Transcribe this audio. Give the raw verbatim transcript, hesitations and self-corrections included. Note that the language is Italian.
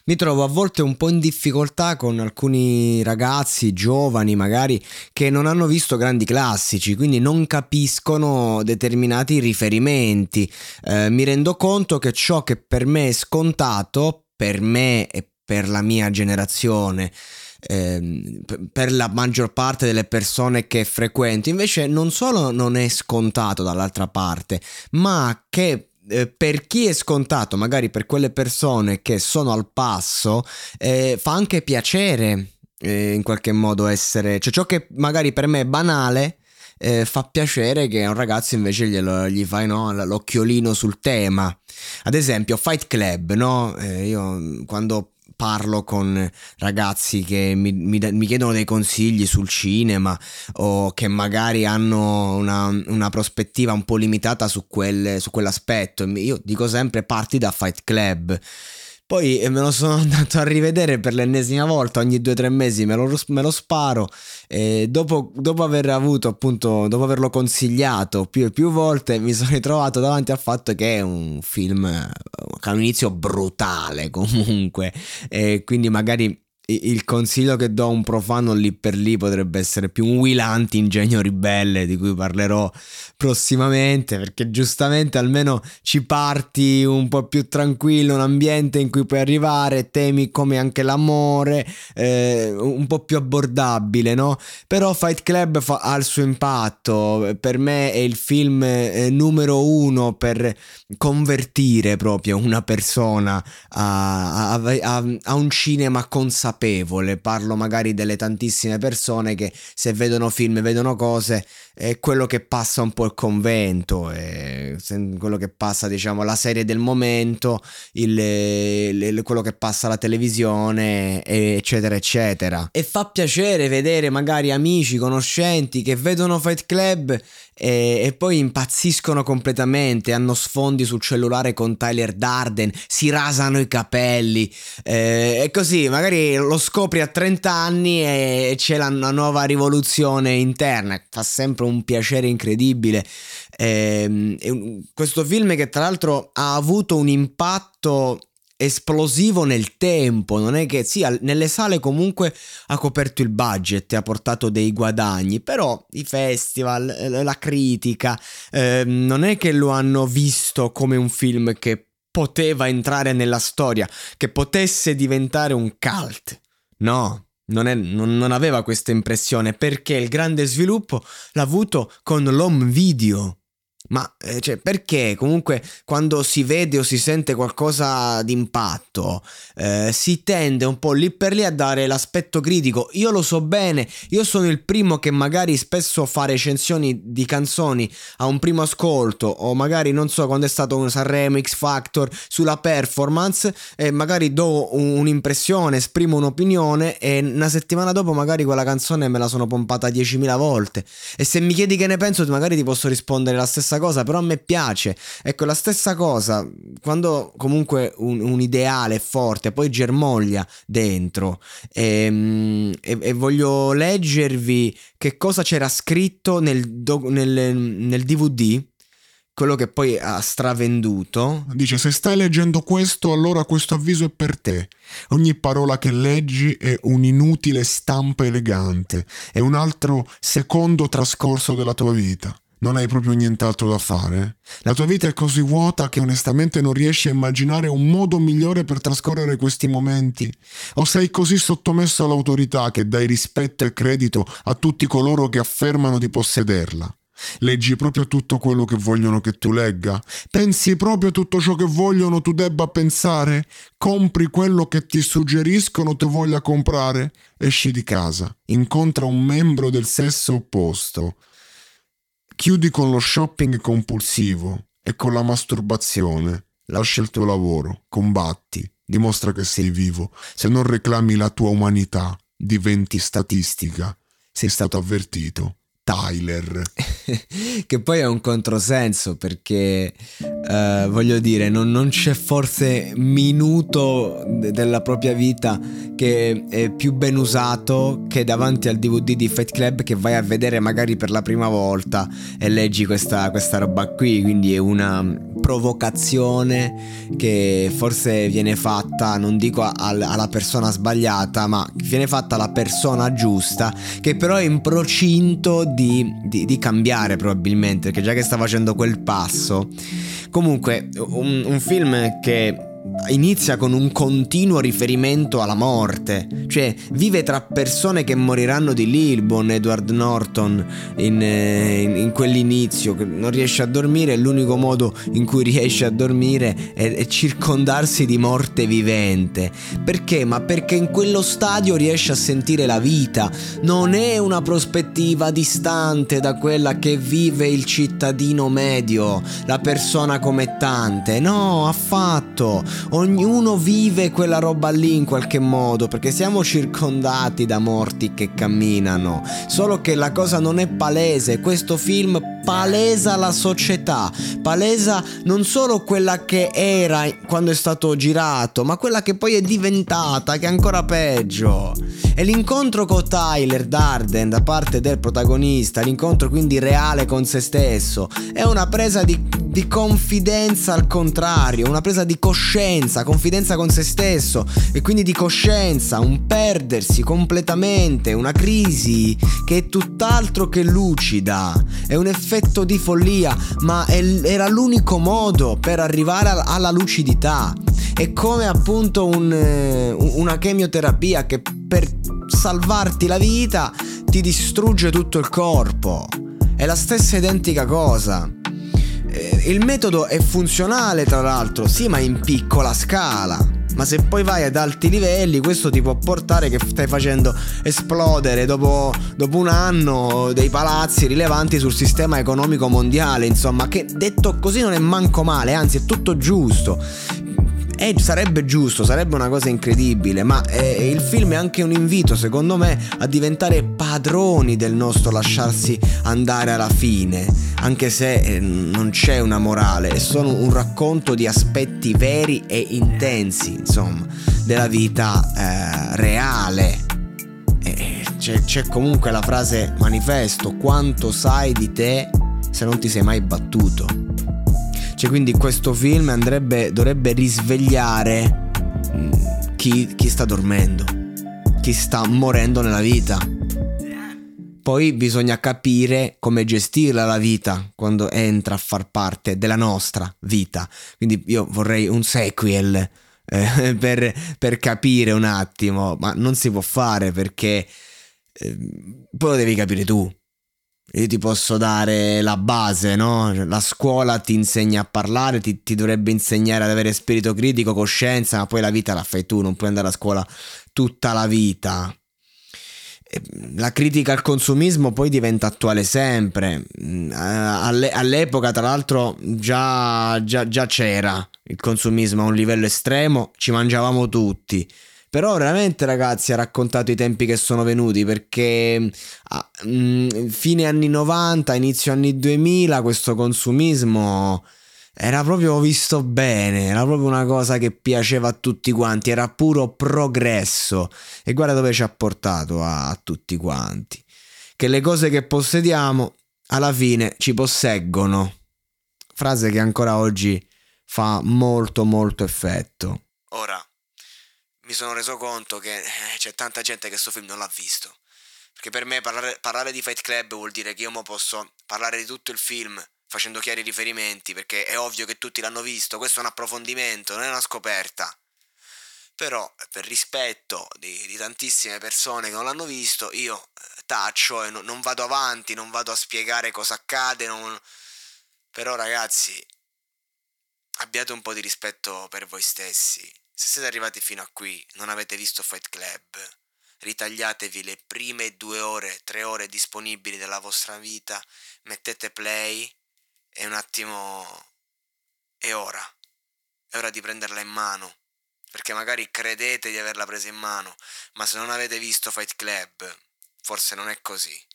mi trovo a volte un po' in difficoltà con alcuni ragazzi giovani magari che non hanno visto grandi classici, quindi non capiscono determinati riferimenti. Eh, mi rendo conto che ciò che per me è scontato, per me e per la mia generazione, ehm, p- per la maggior parte delle persone che frequento, invece non solo non è scontato dall'altra parte, ma che eh, per chi è scontato, magari per quelle persone che sono al passo, eh, fa anche piacere eh, in qualche modo essere, cioè ciò che magari per me è banale, eh, fa piacere che un ragazzo invece glielo, gli fai, no, l'occhiolino sul tema. Ad esempio Fight Club, no? Eh, io quando parlo con ragazzi che mi, mi, mi chiedono dei consigli sul cinema o che magari hanno una, una prospettiva un po' limitata su, quel, su quell'aspetto, io dico sempre parti da Fight Club. Poi me lo sono andato a rivedere per l'ennesima volta, ogni due o tre mesi me lo, me lo sparo, e dopo, dopo aver avuto appunto, dopo averlo consigliato più e più volte, mi sono ritrovato davanti al fatto che è un film che ha un inizio brutale comunque, e quindi magari il consiglio che do a un profano lì per lì potrebbe essere più un Will Hunting, Genio Ribelle, di cui parlerò prossimamente, perché giustamente almeno ci parti un po' più tranquillo, un ambiente in cui puoi arrivare, temi come anche l'amore, eh, un po' più abbordabile, no? Però Fight Club fa, ha il suo impatto, per me è il film eh, numero uno per convertire proprio una persona a, a, a, a un cinema consapevole. Parlo magari delle tantissime persone che se vedono film, vedono cose, è quello che passa un po' il convento, è quello che passa, diciamo, la serie del momento, il, il, quello che passa la televisione, eccetera eccetera. E fa piacere vedere magari amici, conoscenti che vedono Fight Club e, e poi impazziscono completamente, hanno sfondi sul cellulare con Tyler Durden, si rasano i capelli, eh, e così magari lo scopri a trenta anni e c'è la, una nuova rivoluzione interna, fa sempre un piacere incredibile. Eh, questo film che tra l'altro ha avuto un impatto esplosivo nel tempo, non è che sì, nelle sale comunque ha coperto il budget e ha portato dei guadagni, però i festival, la critica, eh, non è che lo hanno visto come un film che poteva entrare nella storia, che potesse diventare un cult. No, non, è, non, non aveva questa impressione, perché il grande sviluppo l'ha avuto con l'home video. Ma eh, cioè, perché comunque quando si vede o si sente qualcosa d'impatto, eh, si tende un po' lì per lì a dare l'aspetto critico. Io lo so bene, io sono il primo che magari spesso fa recensioni di canzoni a un primo ascolto, o magari non so quando è stato un Sanremo, X Factor, sulla performance, e magari do un, un'impressione, esprimo un'opinione, e una settimana dopo magari quella canzone me la sono pompata diecimila volte, e se mi chiedi che ne penso magari ti posso rispondere la stessa cosa, però a me piace. Ecco, la stessa cosa quando comunque un, un ideale è forte, poi germoglia dentro, e, e, e voglio leggervi che cosa c'era scritto nel, do, nel, nel D V D, quello che poi ha stravenduto. Dice: se stai leggendo questo, allora questo avviso è per te. Ogni parola che leggi è un'inutile stampa elegante, è un altro secondo trascorso della tua vita. Non hai proprio nient'altro da fare? La tua vita è così vuota che onestamente non riesci a immaginare un modo migliore per trascorrere questi momenti? O sei così sottomesso all'autorità che dai rispetto e credito a tutti coloro che affermano di possederla? Leggi proprio tutto quello che vogliono che tu legga? Pensi proprio tutto ciò che vogliono tu debba pensare? Compri quello che ti suggeriscono tu voglia comprare? Esci di casa, incontra un membro del sesso opposto. Chiudi con lo shopping compulsivo e con la masturbazione. Lascia il tuo lavoro, combatti, dimostra che sei vivo. Se non reclami la tua umanità, diventi statistica. Sei stato avvertito. Tyler. Che poi è un controsenso, perché eh, voglio dire, non, non c'è forse minuto de- della propria vita che è più ben usato che davanti al D V D di Fight Club, che vai a vedere magari per la prima volta e leggi questa, questa roba qui. Quindi è una provocazione che forse viene fatta, non dico al, alla persona sbagliata, ma viene fatta alla persona giusta, che però è in procinto di, di, di cambiare probabilmente, perché già che sta facendo quel passo. Comunque un, un film che inizia con un continuo riferimento alla morte, cioè vive tra persone che moriranno di lì. Il buon Edward Norton in, in, in quell'inizio, che non riesce a dormire, e l'unico modo in cui riesce a dormire è, è circondarsi di morte vivente. Perché? Ma perché in quello stadio riesce a sentire la vita. Non è una prospettiva distante da quella che vive il cittadino medio, la persona commettante. No, affatto. Ognuno vive quella roba lì in qualche modo, perché siamo circondati da morti che camminano. Solo che la cosa non è palese. Questo film palesa la società, palesa non solo quella che era quando è stato girato, ma quella che poi è diventata, che è ancora peggio. E l'incontro con Tyler Durden da parte del protagonista, l'incontro quindi reale con se stesso, è una presa di, di confidenza al contrario, una presa di coscienza, confidenza con se stesso e quindi di coscienza, un perdersi completamente, una crisi che è tutt'altro che lucida, è un effetto di follia, ma è, era l'unico modo per arrivare alla lucidità. È come appunto un, una chemioterapia che per salvarti la vita ti distrugge tutto il corpo. È la stessa identica cosa. Il metodo è funzionale, tra l'altro, sì, ma in piccola scala. Ma se poi vai ad alti livelli, questo ti può portare che stai facendo esplodere dopo, dopo un anno dei palazzi rilevanti sul sistema economico mondiale. Insomma, che detto così non è manco male, anzi è tutto giusto. Eh, sarebbe giusto, sarebbe una cosa incredibile, ma eh, il film è anche un invito, secondo me, a diventare padroni del nostro lasciarsi andare alla fine, anche se eh, non c'è una morale, è solo un racconto di aspetti veri e intensi, insomma, della vita eh, reale. E c'è, c'è comunque la frase manifesto: quanto sai di te se non ti sei mai battuto. Cioè, quindi questo film andrebbe, dovrebbe risvegliare chi, chi sta dormendo, chi sta morendo nella vita. Poi bisogna capire come gestirla la vita quando entra a far parte della nostra vita. Quindi io vorrei un sequel eh, per, per capire un attimo, ma non si può fare perché eh, poi lo devi capire tu. Io ti posso dare la base, no? La scuola ti insegna a parlare, ti, ti dovrebbe insegnare ad avere spirito critico, coscienza, ma poi la vita la fai tu, non puoi andare a scuola tutta la vita. La critica al consumismo poi diventa attuale sempre. All'epoca, tra l'altro, già, già, già c'era il consumismo a un livello estremo, ci mangiavamo tutti. Però veramente, ragazzi, ha raccontato i tempi che sono venuti, perché a mh, fine anni novanta, inizio anni duemila, questo consumismo era proprio visto bene, era proprio una cosa che piaceva a tutti quanti, era puro progresso. E guarda dove ci ha portato a, a tutti quanti. Che le cose che possediamo alla fine ci posseggono. Frase che ancora oggi fa molto molto effetto. Ora, mi sono reso conto che c'è tanta gente che questo film non l'ha visto, perché per me parlare, parlare di Fight Club vuol dire che io mo posso parlare di tutto il film facendo chiari riferimenti, perché è ovvio che tutti l'hanno visto, questo è un approfondimento, non è una scoperta. Però per rispetto di, di tantissime persone che non l'hanno visto, io taccio e no, non vado avanti, non vado a spiegare cosa accade, non... Però ragazzi, abbiate un po' di rispetto per voi stessi. Se siete arrivati fino a qui, non avete visto Fight Club, ritagliatevi le prime due ore, tre ore disponibili della vostra vita, mettete play e un attimo... è ora. È ora di prenderla in mano, perché magari credete di averla presa in mano, ma se non avete visto Fight Club, forse non è così.